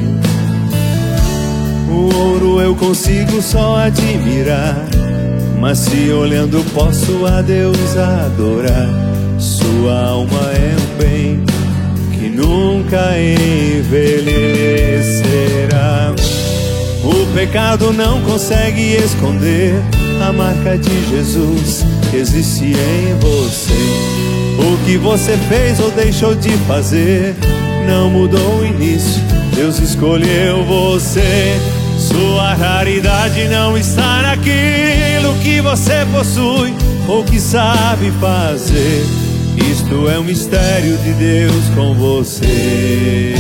O ouro eu consigo só admirar, mas se olhando posso a Deus adorar. Sua alma é um bem que nunca envelhecerá. O pecado não consegue esconder a marca de Jesus que existe em você. O que você fez ou deixou de fazer não mudou o início. Deus escolheu você. Sua raridade não está naquilo que você possui ou que sabe fazer. Isto é um mistério de Deus com você.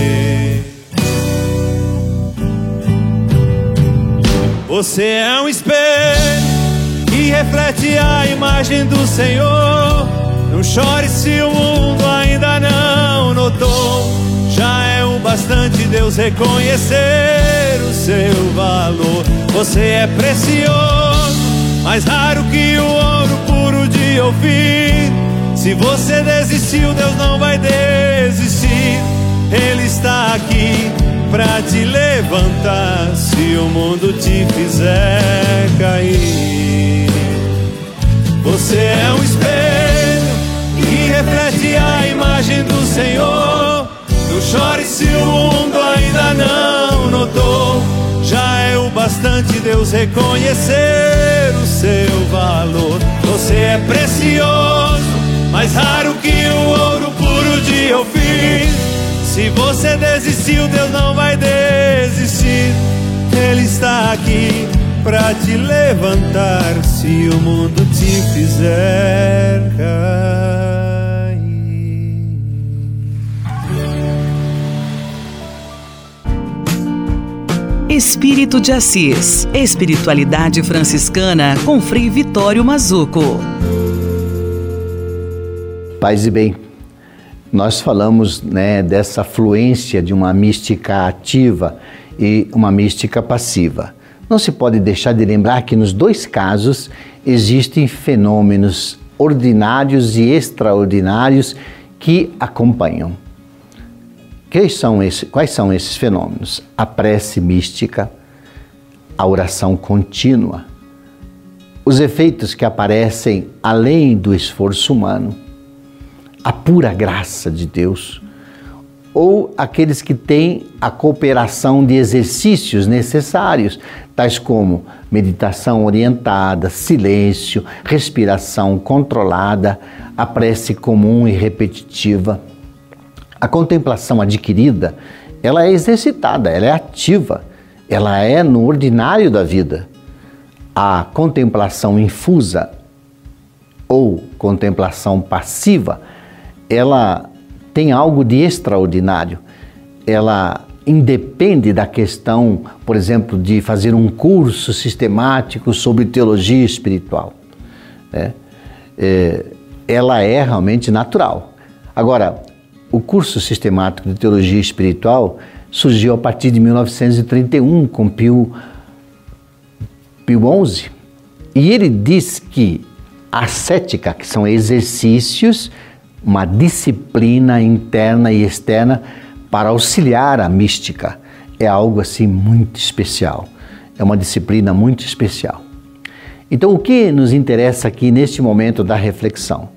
Você é um espelho que reflete a imagem do Senhor. Não chore se o mundo ainda não notou. Já é o bastante Deus reconhecer o seu valor. Você é precioso, mais raro que o ouro puro de Ofir. Se você desistiu, Deus não vai desistir. Ele está aqui pra te levantar se o mundo te fizer cair. Você é um espelho que reflete a imagem do Senhor. Não chore se o mundo ainda não notou. Já é o bastante Deus reconhecer o seu valor. Você é precioso, mais raro que o ouro puro de Ofir. Se você desistiu, Deus não vai desistir. Ele está aqui pra te levantar se o mundo te fizer cair. Espírito de Assis, espiritualidade franciscana com Frei Vitório Mazzuco. Paz e bem. Nós falamos, né, dessa fluência de uma mística ativa e uma mística passiva. Não se pode deixar de lembrar que nos dois casos existem fenômenos ordinários e extraordinários que acompanham. Quais são esses, quais são esses fenômenos? A prece mística, a oração contínua, os efeitos que aparecem além do esforço humano, a pura graça de Deus, ou aqueles que têm a cooperação de exercícios necessários, tais como meditação orientada, silêncio, respiração controlada, a prece comum e repetitiva. A contemplação adquirida, ela é exercitada, ela é ativa, ela é no ordinário da vida. A contemplação infusa ou contemplação passiva, ela tem algo de extraordinário. Ela independe da questão, por exemplo, de fazer um curso sistemático sobre teologia espiritual. Né? É, ela é realmente natural. Agora, o curso sistemático de teologia espiritual surgiu a partir de mil novecentos e trinta e um, com Pio, Pio onze, e ele diz que a ascética, que são exercícios, uma disciplina interna e externa para auxiliar a mística. É algo assim muito especial. É uma disciplina muito especial. Então, o que nos interessa aqui neste momento da reflexão?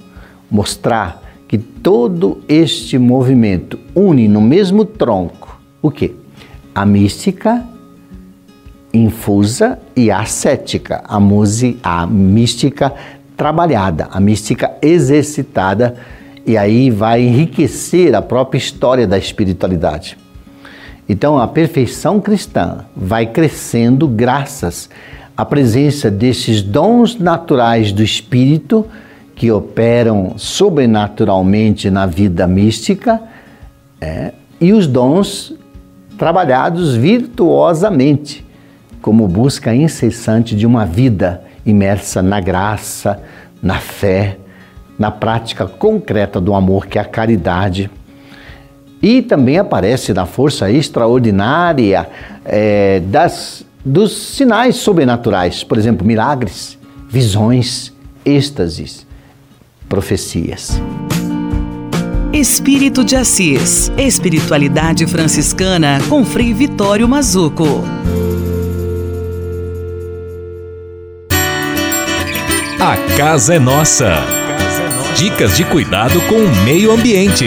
mostrar que todo este movimento une no mesmo tronco o quê? A mística infusa e a ascética, a, muse, a mística trabalhada, a mística exercitada, e aí vai enriquecer a própria história da espiritualidade. Então a perfeição cristã vai crescendo graças à presença desses dons naturais do Espírito que operam sobrenaturalmente na vida mística, é, e os dons trabalhados virtuosamente, como busca incessante de uma vida imersa na graça, na fé, na prática concreta do amor, que é a caridade. E também aparece na força extraordinária é, das, dos sinais sobrenaturais, por exemplo, milagres, visões, êxtases, profecias. Espírito de Assis, espiritualidade franciscana com Frei Vitório Mazzuco. A casa é nossa. Dicas de cuidado com o meio ambiente.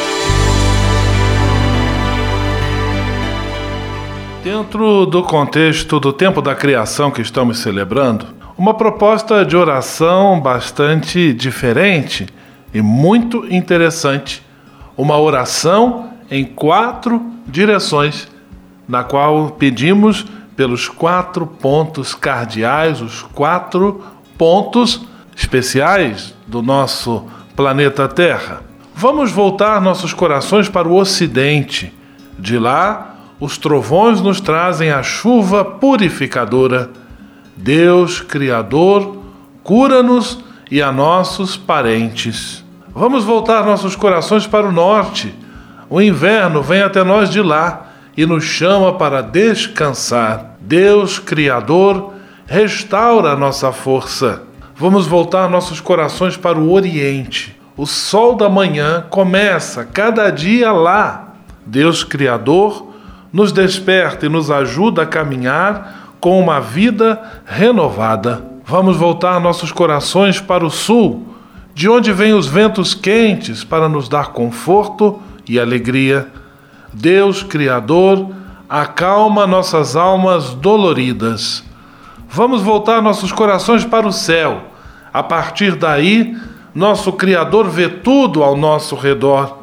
Dentro do contexto do tempo da criação que estamos celebrando, uma proposta de oração bastante diferente e muito interessante. Uma oração em quatro direções, na qual pedimos pelos quatro pontos cardeais, os quatro pontos especiais do nosso planeta Terra. Vamos voltar nossos corações para o Ocidente. De lá, os trovões nos trazem a chuva purificadora. Deus, Criador, cura-nos e a nossos parentes. Vamos voltar nossos corações para o Norte. O inverno vem até nós de lá e nos chama para descansar. Deus, Criador, restaura a nossa força. Vamos voltar nossos corações para o Oriente. O sol da manhã começa cada dia lá. Deus Criador nos desperta e nos ajuda a caminhar com uma vida renovada. Vamos voltar nossos corações para o sul, de onde vêm os ventos quentes para nos dar conforto e alegria. Deus Criador acalma nossas almas doloridas. Vamos voltar nossos corações para o céu. A partir daí, nosso Criador vê tudo ao nosso redor.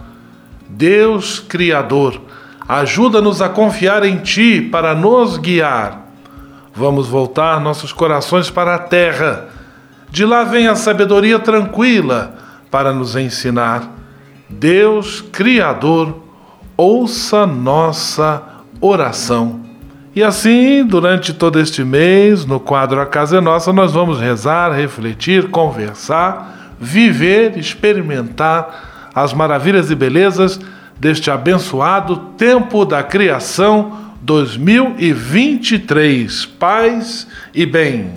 Deus Criador, ajuda-nos a confiar em Ti para nos guiar. Vamos voltar nossos corações para a terra. De lá vem a sabedoria tranquila para nos ensinar. Deus Criador, ouça nossa oração. E assim, durante todo este mês, no quadro A Casa é Nossa, nós vamos rezar, refletir, conversar, viver, experimentar as maravilhas e belezas deste abençoado tempo da criação dois mil e vinte e três. Paz e bem.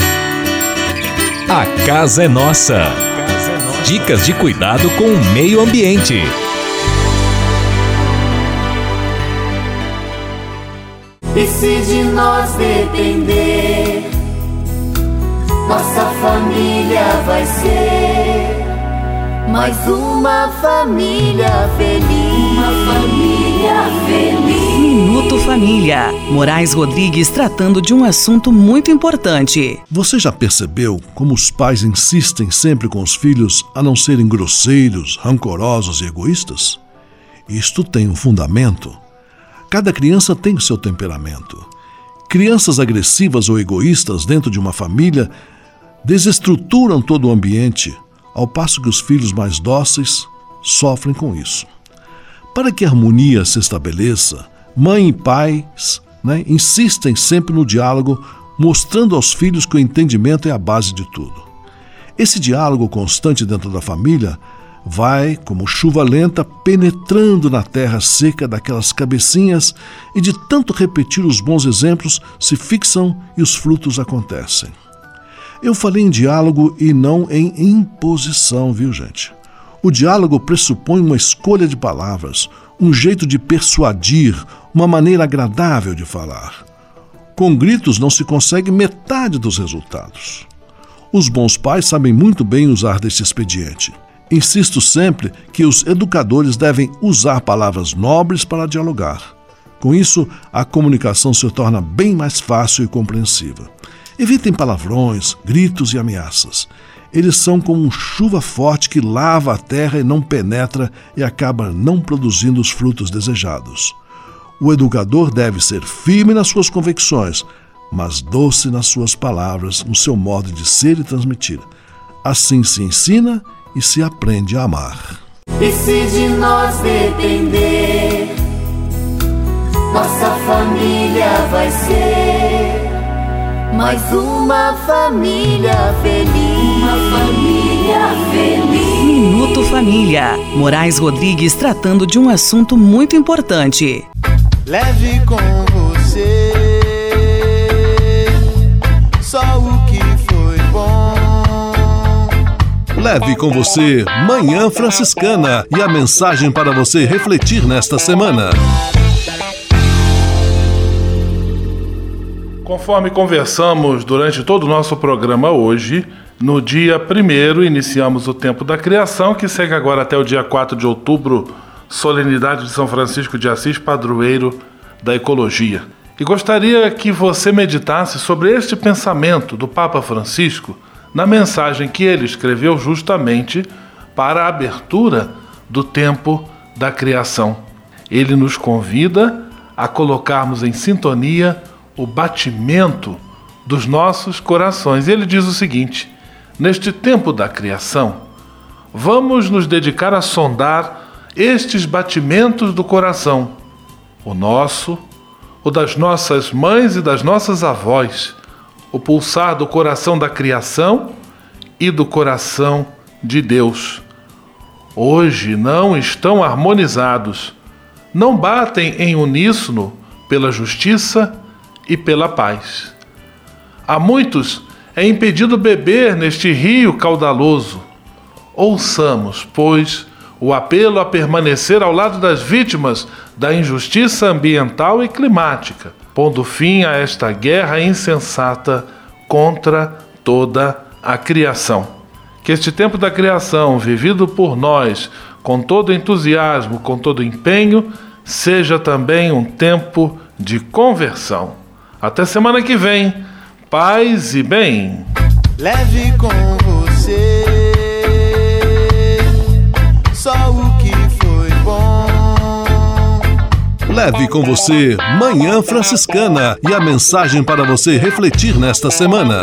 A Casa é Nossa. Dicas de cuidado com o meio ambiente. E se de nós depender, nossa família vai ser mais uma família feliz. Uma família feliz. Minuto Família. Moraes Rodrigues tratando de um assunto muito importante. Você já percebeu como os pais insistem sempre com os filhos a não serem grosseiros, rancorosos e egoístas? Isto tem um fundamento. Cada criança tem o seu temperamento. Crianças agressivas ou egoístas dentro de uma família desestruturam todo o ambiente, ao passo que os filhos mais dóceis sofrem com isso. Para que a harmonia se estabeleça, mãe e pais né, insistem sempre no diálogo, mostrando aos filhos que o entendimento é a base de tudo. Esse diálogo constante dentro da família vai, como chuva lenta, penetrando na terra seca daquelas cabecinhas e de tanto repetir os bons exemplos se fixam e os frutos acontecem. Eu falei em diálogo e não em imposição, viu, gente? O diálogo pressupõe uma escolha de palavras, um jeito de persuadir, uma maneira agradável de falar. Com gritos não se consegue metade dos resultados. Os bons pais sabem muito bem usar desse expediente. Insisto sempre que os educadores devem usar palavras nobres para dialogar. Com isso, a comunicação se torna bem mais fácil e compreensiva. Evitem palavrões, gritos e ameaças. Eles são como chuva forte que lava a terra e não penetra e acaba não produzindo os frutos desejados. O educador deve ser firme nas suas convicções, mas doce nas suas palavras, no seu modo de ser e transmitir. Assim se ensina e se aprende a amar. E se de nós depender, nossa família vai ser mais uma família feliz. Uma família feliz. Minuto Família. Moraes Rodrigues tratando de um assunto muito importante. Leve com você só o que foi bom. Leve com você Manhã Franciscana e a mensagem para você refletir nesta semana. Conforme conversamos durante todo o nosso programa hoje, no dia primeiro iniciamos o tempo da criação, que segue agora até o dia quatro de outubro, solenidade de São Francisco de Assis, padroeiro da ecologia. E gostaria que você meditasse sobre este pensamento do Papa Francisco na mensagem que ele escreveu justamente para a abertura do tempo da criação. Ele nos convida a colocarmos em sintonia o batimento dos nossos corações. Ele diz o seguinte: neste tempo da criação, vamos nos dedicar a sondar estes batimentos do coração, o nosso, o das nossas mães e das nossas avós, o pulsar do coração da criação e do coração de Deus. Hoje não estão harmonizados, não batem em uníssono pela justiça e pela paz. A muitos é impedido beber neste rio caudaloso. Ouçamos, pois, o apelo a permanecer ao lado das vítimas da injustiça ambiental e climática, pondo fim a esta guerra insensata contra toda a criação. Que este tempo da criação, vivido por nós com todo entusiasmo, com todo empenho, seja também um tempo de conversão. Até semana que vem. Paz e bem. Leve com você só o que foi bom. Leve com você Manhã Franciscana e a mensagem para você refletir nesta semana.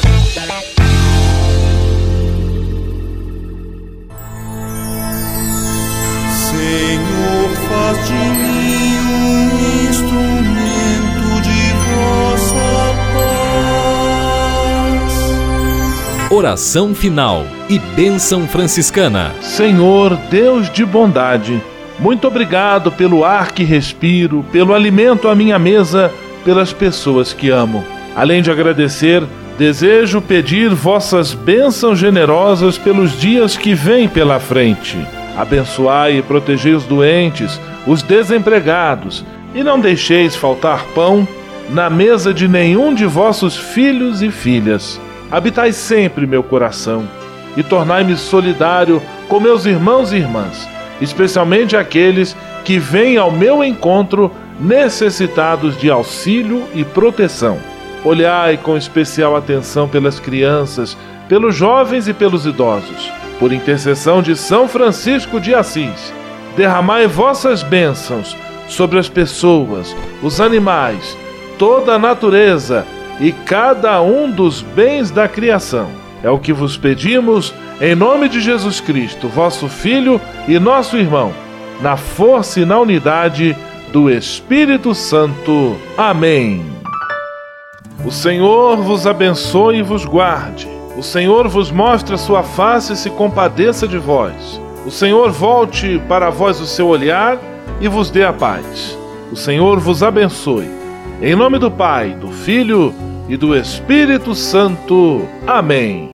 Senhor, faz de mim um instrumento de vossa paz. Oração final e bênção franciscana. Senhor, Deus de bondade, muito obrigado pelo ar que respiro, pelo alimento à minha mesa, pelas pessoas que amo. Além de agradecer, desejo pedir vossas bênçãos generosas pelos dias que vêm pela frente. Abençoai e protegei os doentes, os desempregados, e não deixeis faltar pão na mesa de nenhum de vossos filhos e filhas. Habitai sempre meu coração e tornai-me solidário com meus irmãos e irmãs, especialmente aqueles que vêm ao meu encontro necessitados de auxílio e proteção. Olhai com especial atenção pelas crianças, pelos jovens e pelos idosos. Por intercessão de São Francisco de Assis, derramai vossas bênçãos sobre as pessoas, os animais, toda a natureza e cada um dos bens da criação. É o que vos pedimos, em nome de Jesus Cristo, vosso Filho e nosso irmão, na força e na unidade do Espírito Santo. Amém. O Senhor vos abençoe e vos guarde. O Senhor vos mostre a sua face e se compadeça de vós. O Senhor volte para vós o seu olhar e vos dê a paz. O Senhor vos abençoe. Em nome do Pai, do Filho e do Espírito Santo. Amém.